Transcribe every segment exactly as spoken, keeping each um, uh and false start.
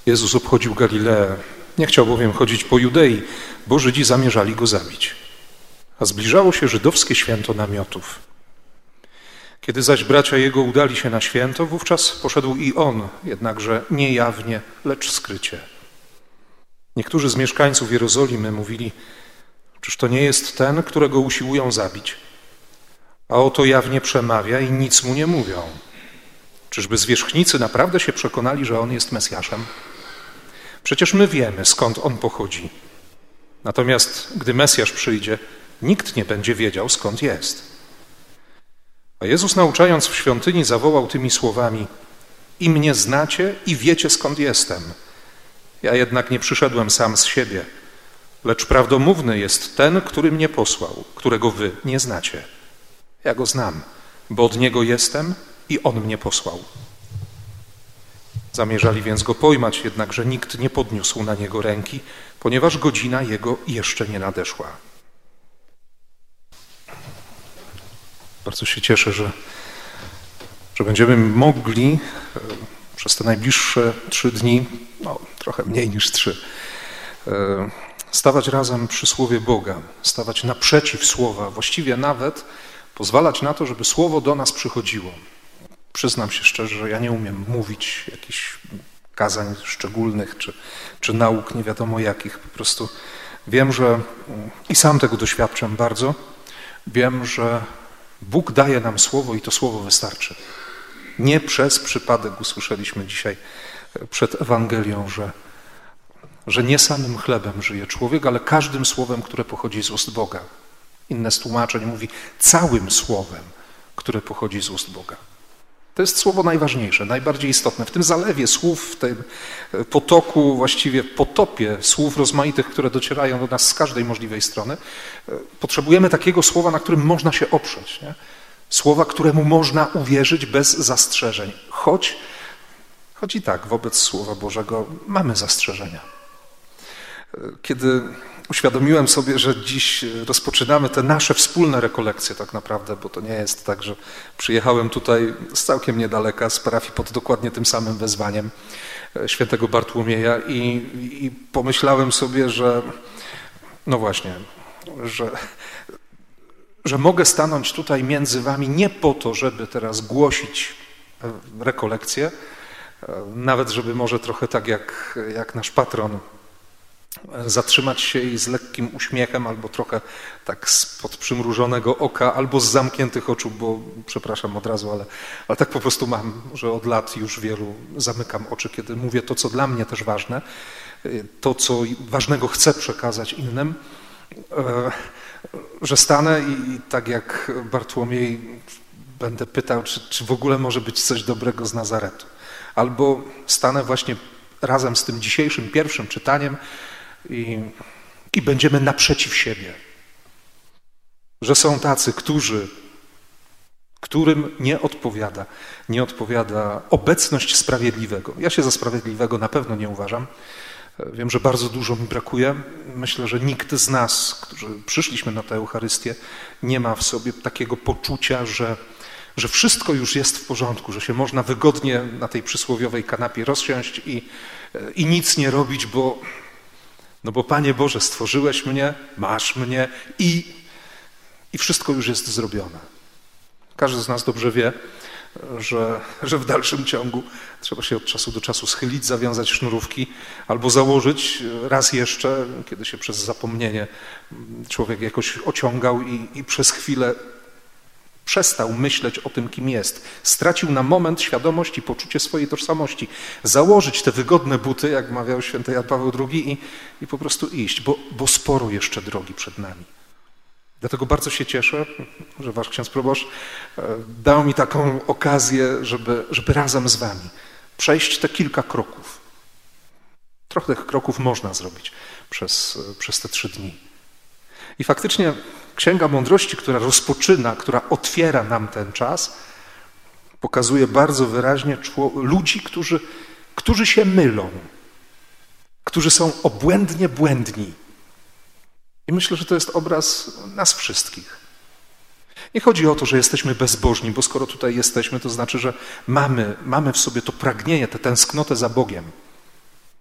Jezus obchodził Galileę. Nie chciał bowiem chodzić po Judei, bo Żydzi zamierzali go zabić. A zbliżało się żydowskie święto namiotów. Kiedy zaś bracia jego udali się na święto, wówczas poszedł i on, jednakże nie jawnie, lecz skrycie. Niektórzy z mieszkańców Jerozolimy mówili: czyż to nie jest ten, którego usiłują zabić? A oto jawnie przemawia i nic mu nie mówią. Czyżby zwierzchnicy naprawdę się przekonali, że on jest Mesjaszem? Przecież my wiemy, skąd on pochodzi. Natomiast gdy Mesjasz przyjdzie, nikt nie będzie wiedział, skąd jest. A Jezus, nauczając w świątyni, zawołał tymi słowami: i mnie znacie i wiecie, skąd jestem. Ja jednak nie przyszedłem sam z siebie, lecz prawdomówny jest ten, który mnie posłał, którego wy nie znacie. Ja go znam, bo od niego jestem i on mnie posłał. Zamierzali więc go pojmać, jednakże nikt nie podniósł na niego ręki, ponieważ godzina jego jeszcze nie nadeszła. Bardzo się cieszę, że, że będziemy mogli przez te najbliższe trzy dni, no trochę mniej niż trzy, stawać razem przy Słowie Boga, stawać naprzeciw Słowa, właściwie nawet pozwalać na to, żeby Słowo do nas przychodziło. Przyznam się szczerze, że ja nie umiem mówić jakichś kazań szczególnych, czy, czy nauk nie wiadomo jakich. Po prostu wiem, że i sam tego doświadczam bardzo, wiem, że Bóg daje nam Słowo i to Słowo wystarczy. Nie przez przypadek usłyszeliśmy dzisiaj przed Ewangelią, że, że nie samym chlebem żyje człowiek, ale każdym słowem, które pochodzi z ust Boga. Inne z tłumaczeń mówi całym słowem, które pochodzi z ust Boga. To jest słowo najważniejsze, najbardziej istotne. W tym zalewie słów, w tym potoku, właściwie potopie słów rozmaitych, które docierają do nas z każdej możliwej strony, potrzebujemy takiego słowa, na którym można się oprzeć. Nie? Słowa, któremu można uwierzyć bez zastrzeżeń. Choć, choć i tak wobec Słowa Bożego mamy zastrzeżenia. Kiedy uświadomiłem sobie, że dziś rozpoczynamy te nasze wspólne rekolekcje tak naprawdę, bo to nie jest tak, że przyjechałem tutaj z całkiem niedaleka, z parafii pod dokładnie tym samym wezwaniem świętego Bartłomieja i, i pomyślałem sobie, że no właśnie, że, że mogę stanąć tutaj między wami nie po to, żeby teraz głosić rekolekcje, nawet żeby może trochę tak jak, jak nasz patron zatrzymać się i z lekkim uśmiechem, albo trochę tak spod przymrużonego oka, albo z zamkniętych oczu, bo przepraszam od razu, ale, ale tak po prostu mam, że od lat już wielu zamykam oczy, kiedy mówię to, co dla mnie też ważne, to, co ważnego chcę przekazać innym, że stanę i, i tak jak Bartłomiej będę pytał, czy, czy w ogóle może być coś dobrego z Nazaretu. Albo stanę właśnie razem z tym dzisiejszym pierwszym czytaniem i, i będziemy naprzeciw siebie. Że są tacy, którzy, którym nie odpowiada, nie odpowiada obecność sprawiedliwego. Ja się za sprawiedliwego na pewno nie uważam. Wiem, że bardzo dużo mi brakuje. Myślę, że nikt z nas, którzy przyszliśmy na tę Eucharystię, nie ma w sobie takiego poczucia, że, że wszystko już jest w porządku, że się można wygodnie na tej przysłowiowej kanapie rozsiąść i, i nic nie robić, bo, no bo Panie Boże, stworzyłeś mnie, masz mnie i, i wszystko już jest zrobione. Każdy z nas dobrze wie, że, że w dalszym ciągu trzeba się od czasu do czasu schylić, zawiązać sznurówki albo założyć raz jeszcze, kiedy się przez zapomnienie człowiek jakoś ociągał i, i przez chwilę przestał myśleć o tym, kim jest. Stracił na moment świadomość i poczucie swojej tożsamości. Założyć te wygodne buty, jak mawiał święty Jan Paweł drugi i, i po prostu iść, bo, bo sporo jeszcze drogi przed nami. Dlatego bardzo się cieszę, że wasz ksiądz proboszcz dał mi taką okazję, żeby, żeby razem z wami przejść te kilka kroków. Trochę tych kroków można zrobić przez, przez te trzy dni. I faktycznie Księga Mądrości, która rozpoczyna, która otwiera nam ten czas, pokazuje bardzo wyraźnie ludzi, którzy, którzy się mylą, którzy są obłędnie błędni. I myślę, że to jest obraz nas wszystkich. Nie chodzi o to, że jesteśmy bezbożni, bo skoro tutaj jesteśmy, to znaczy, że mamy, mamy w sobie to pragnienie, tę tęsknotę za Bogiem.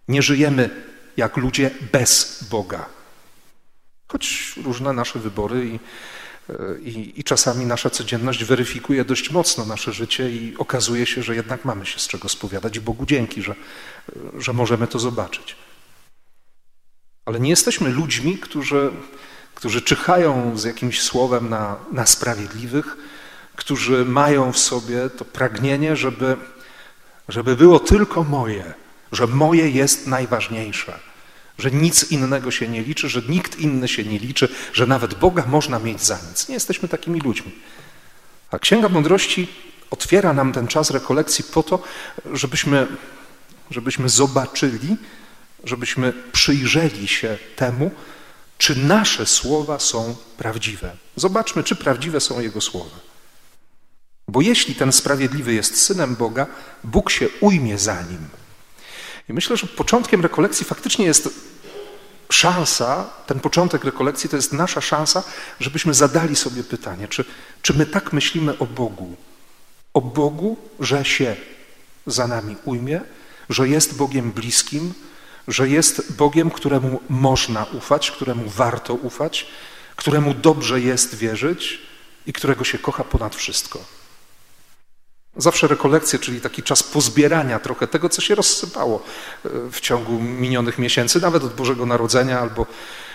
Nie żyjemy jak ludzie bez Boga. Choć różne nasze wybory i, i, i czasami nasza codzienność weryfikuje dość mocno nasze życie i okazuje się, że jednak mamy się z czego spowiadać i Bogu dzięki, że, że możemy to zobaczyć. Ale nie jesteśmy ludźmi, którzy, którzy czyhają z jakimś słowem na, na sprawiedliwych, którzy mają w sobie to pragnienie, żeby, żeby było tylko moje, że moje jest najważniejsze, że nic innego się nie liczy, że nikt inny się nie liczy, że nawet Boga można mieć za nic. Nie jesteśmy takimi ludźmi. A Księga Mądrości otwiera nam ten czas rekolekcji po to, żebyśmy, żebyśmy zobaczyli, żebyśmy przyjrzeli się temu, czy nasze słowa są prawdziwe. Zobaczmy, czy prawdziwe są Jego słowa. Bo jeśli ten sprawiedliwy jest synem Boga, Bóg się ujmie za nim. I myślę, że początkiem rekolekcji faktycznie jest szansa, ten początek rekolekcji to jest nasza szansa, żebyśmy zadali sobie pytanie, czy, czy my tak myślimy o Bogu? O Bogu, że się za nami ujmie, że jest Bogiem bliskim, że jest Bogiem, któremu można ufać, któremu warto ufać, któremu dobrze jest wierzyć i którego się kocha ponad wszystko. Zawsze rekolekcje, czyli taki czas pozbierania trochę tego, co się rozsypało w ciągu minionych miesięcy, nawet od Bożego Narodzenia albo,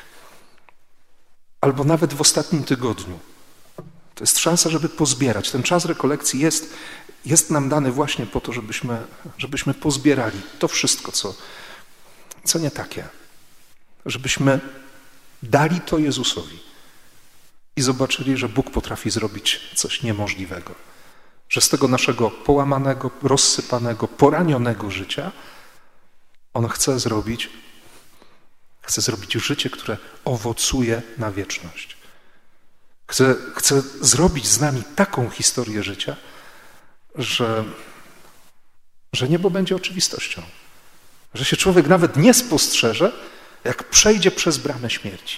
albo nawet w ostatnim tygodniu. To jest szansa, żeby pozbierać. Ten czas rekolekcji jest, jest nam dany właśnie po to, żebyśmy, żebyśmy pozbierali to wszystko, co, co nie takie. Żebyśmy dali to Jezusowi i zobaczyli, że Bóg potrafi zrobić coś niemożliwego. Że z tego naszego połamanego, rozsypanego, poranionego życia On chce zrobić, chce zrobić życie, które owocuje na wieczność. Chce, chce zrobić z nami taką historię życia, że, że niebo będzie oczywistością. Że się człowiek nawet nie spostrzeże, jak przejdzie przez bramę śmierci.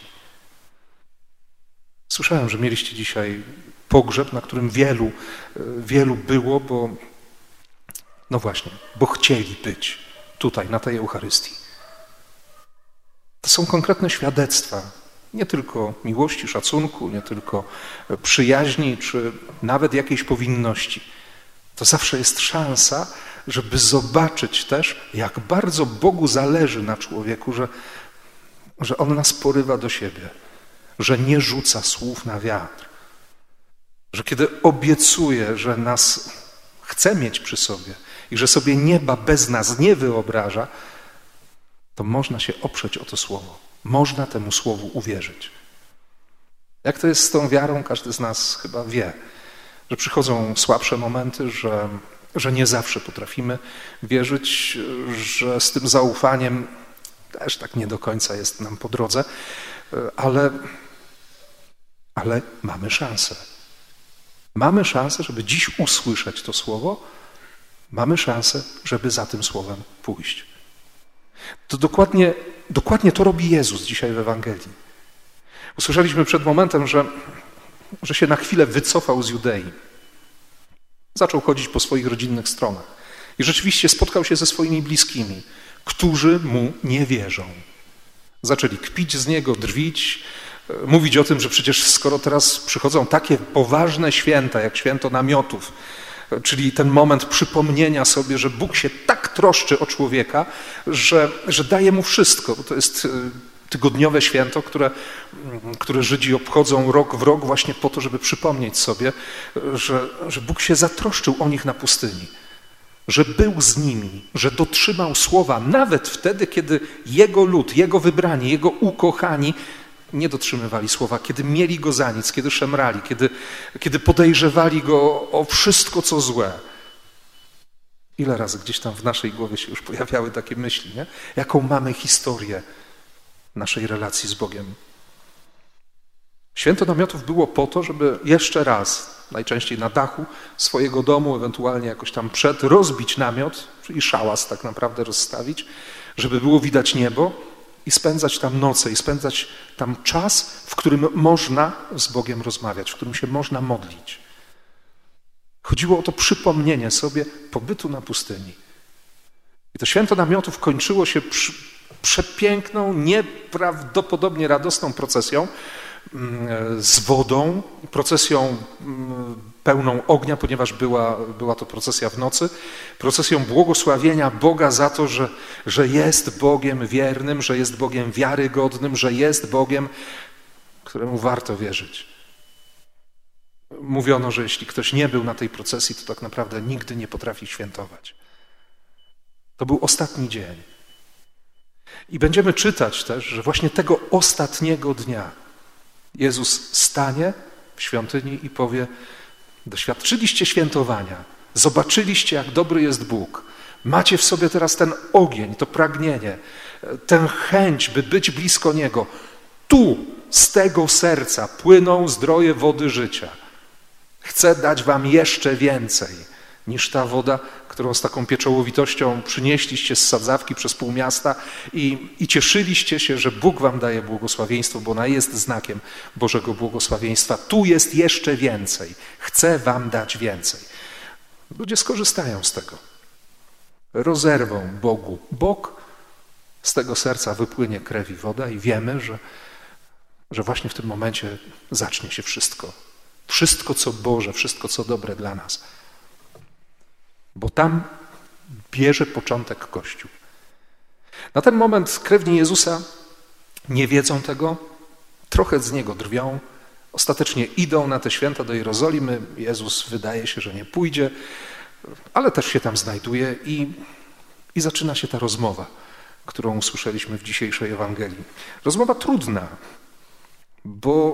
Słyszałem, że mieliście dzisiaj pogrzeb, na którym wielu, wielu było, bo no właśnie, bo chcieli być tutaj, na tej Eucharystii. To są konkretne świadectwa, nie tylko miłości, szacunku, nie tylko przyjaźni, czy nawet jakiejś powinności. To zawsze jest szansa, żeby zobaczyć też, jak bardzo Bogu zależy na człowieku, że, że On nas porywa do siebie, że nie rzuca słów na wiatr, że kiedy obiecuje, że nas chce mieć przy sobie i że sobie nieba bez nas nie wyobraża, to można się oprzeć o to słowo. Można temu słowu uwierzyć. Jak to jest z tą wiarą, każdy z nas chyba wie, że przychodzą słabsze momenty, że, że nie zawsze potrafimy wierzyć, że z tym zaufaniem też tak nie do końca jest nam po drodze, ale, ale mamy szansę. Mamy szansę, żeby dziś usłyszeć to słowo, mamy szansę, żeby za tym słowem pójść. To dokładnie, dokładnie to robi Jezus dzisiaj w Ewangelii. Usłyszeliśmy przed momentem, że, że się na chwilę wycofał z Judei. Zaczął chodzić po swoich rodzinnych stronach. I rzeczywiście spotkał się ze swoimi bliskimi, którzy mu nie wierzą. Zaczęli kpić z niego, drwić, mówić o tym, że przecież skoro teraz przychodzą takie poważne święta, jak święto namiotów, czyli ten moment przypomnienia sobie, że Bóg się tak troszczy o człowieka, że, że daje mu wszystko. Bo to jest tygodniowe święto, które, które Żydzi obchodzą rok w rok właśnie po to, żeby przypomnieć sobie, że, że Bóg się zatroszczył o nich na pustyni, że był z nimi, że dotrzymał słowa nawet wtedy, kiedy Jego lud, Jego wybrani, Jego ukochani nie dotrzymywali słowa, kiedy mieli Go za nic, kiedy szemrali, kiedy, kiedy podejrzewali Go o wszystko, co złe. Ile razy gdzieś tam w naszej głowie się już pojawiały takie myśli, nie? Jaką mamy historię naszej relacji z Bogiem. Święto namiotów było po to, żeby jeszcze raz, najczęściej na dachu swojego domu, ewentualnie jakoś tam przed, rozbić namiot, czyli szałas tak naprawdę rozstawić, żeby było widać niebo i spędzać tam noce, i spędzać tam czas, w którym można z Bogiem rozmawiać, w którym się można modlić. Chodziło o to przypomnienie sobie pobytu na pustyni. I to święto namiotów kończyło się przy, przepiękną, nieprawdopodobnie radosną procesją z wodą, procesją pełną ognia, ponieważ była, była to procesja w nocy, procesją błogosławienia Boga za to, że, że jest Bogiem wiernym, że jest Bogiem wiarygodnym, że jest Bogiem, któremu warto wierzyć. Mówiono, że jeśli ktoś nie był na tej procesji, to tak naprawdę nigdy nie potrafi świętować. To był ostatni dzień. I będziemy czytać też, że właśnie tego ostatniego dnia Jezus stanie w świątyni i powie: doświadczyliście świętowania, zobaczyliście, jak dobry jest Bóg, macie w sobie teraz ten ogień, to pragnienie, tę chęć, by być blisko Niego. Tu, z tego serca płyną zdroje wody życia. Chcę dać wam jeszcze więcej niż ta woda, którą z taką pieczołowitością przynieśliście z sadzawki przez pół miasta i, i cieszyliście się, że Bóg wam daje błogosławieństwo, bo ona jest znakiem Bożego błogosławieństwa. Tu jest jeszcze więcej. Chcę wam dać więcej. Ludzie skorzystają z tego. Rozerwą Bogu bok, z tego serca wypłynie krew i woda i wiemy, że, że właśnie w tym momencie zacznie się wszystko. Wszystko, co Boże, wszystko, co dobre dla nas. Bo tam bierze początek Kościół. Na ten moment krewni Jezusa nie wiedzą tego, trochę z Niego drwią, ostatecznie idą na te święta do Jerozolimy. Jezus wydaje się, że nie pójdzie, ale też się tam znajduje i, i zaczyna się ta rozmowa, którą usłyszeliśmy w dzisiejszej Ewangelii. Rozmowa trudna, bo...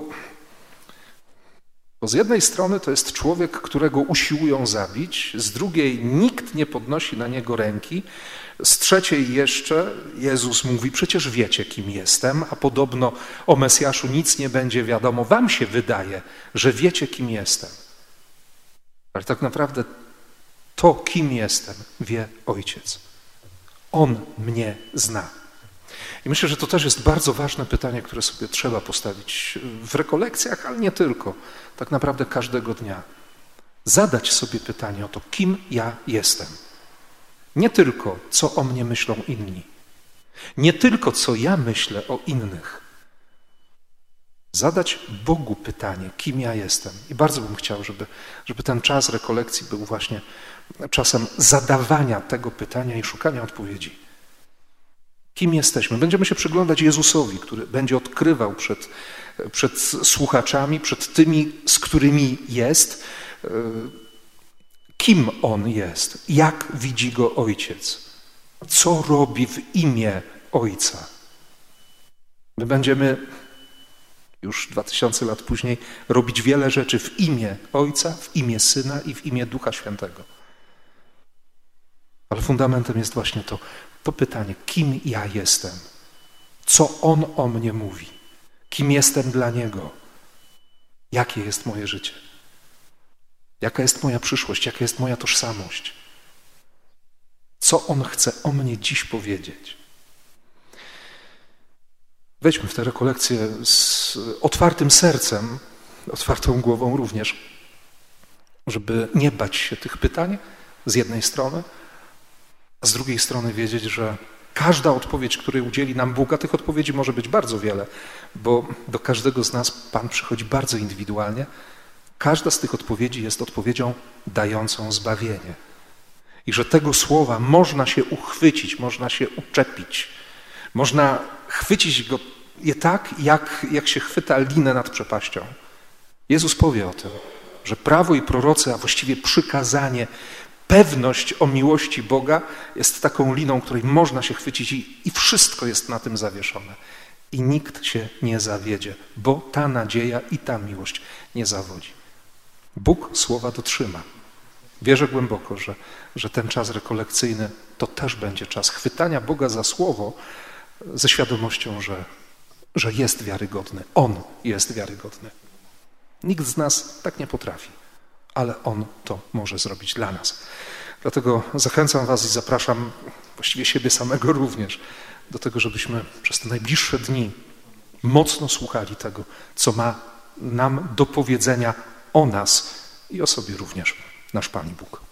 Bo z jednej strony to jest człowiek, którego usiłują zabić, z drugiej nikt nie podnosi na niego ręki, z trzeciej jeszcze Jezus mówi: przecież wiecie, kim jestem, a podobno o Mesjaszu nic nie będzie wiadomo. Wam się wydaje, że wiecie, kim jestem. Ale tak naprawdę to, kim jestem, wie Ojciec. On mnie zna. I myślę, że to też jest bardzo ważne pytanie, które sobie trzeba postawić w rekolekcjach, ale nie tylko, tak naprawdę każdego dnia. Zadać sobie pytanie o to, kim ja jestem. Nie tylko, co o mnie myślą inni. Nie tylko, co ja myślę o innych. Zadać Bogu pytanie, kim ja jestem. I bardzo bym chciał, żeby, żeby ten czas rekolekcji był właśnie czasem zadawania tego pytania i szukania odpowiedzi. Kim jesteśmy? Będziemy się przyglądać Jezusowi, który będzie odkrywał przed, przed słuchaczami, przed tymi, z którymi jest, kim On jest, jak widzi Go Ojciec, co robi w imię Ojca. My będziemy już dwa tysiące lat później robić wiele rzeczy w imię Ojca, w imię Syna i w imię Ducha Świętego. Ale fundamentem jest właśnie to, to pytanie, kim ja jestem, co On o mnie mówi, kim jestem dla Niego, jakie jest moje życie, jaka jest moja przyszłość, jaka jest moja tożsamość, co On chce o mnie dziś powiedzieć. Wejdźmy w tę rekolekcję z otwartym sercem, otwartą głową również, żeby nie bać się tych pytań z jednej strony, a z drugiej strony wiedzieć, że każda odpowiedź, której udzieli nam Bóg, a tych odpowiedzi może być bardzo wiele, bo do każdego z nas Pan przychodzi bardzo indywidualnie, każda z tych odpowiedzi jest odpowiedzią dającą zbawienie. I że tego słowa można się uchwycić, można się uczepić, można chwycić go je tak, jak, jak się chwyta linę nad przepaścią. Jezus powie o tym, że prawo i prorocy, a właściwie przykazanie, pewność o miłości Boga jest taką liną, której można się chwycić i, i wszystko jest na tym zawieszone. I nikt się nie zawiedzie, bo ta nadzieja i ta miłość nie zawodzi. Bóg słowa dotrzyma. Wierzę głęboko, że, że ten czas rekolekcyjny to też będzie czas chwytania Boga za słowo ze świadomością, że, że jest wiarygodny. On jest wiarygodny. Nikt z nas tak nie potrafi, ale On to może zrobić dla nas. Dlatego zachęcam was i zapraszam, właściwie siebie samego również, do tego, żebyśmy przez te najbliższe dni mocno słuchali tego, co ma nam do powiedzenia o nas i o sobie również nasz Pan i Bóg.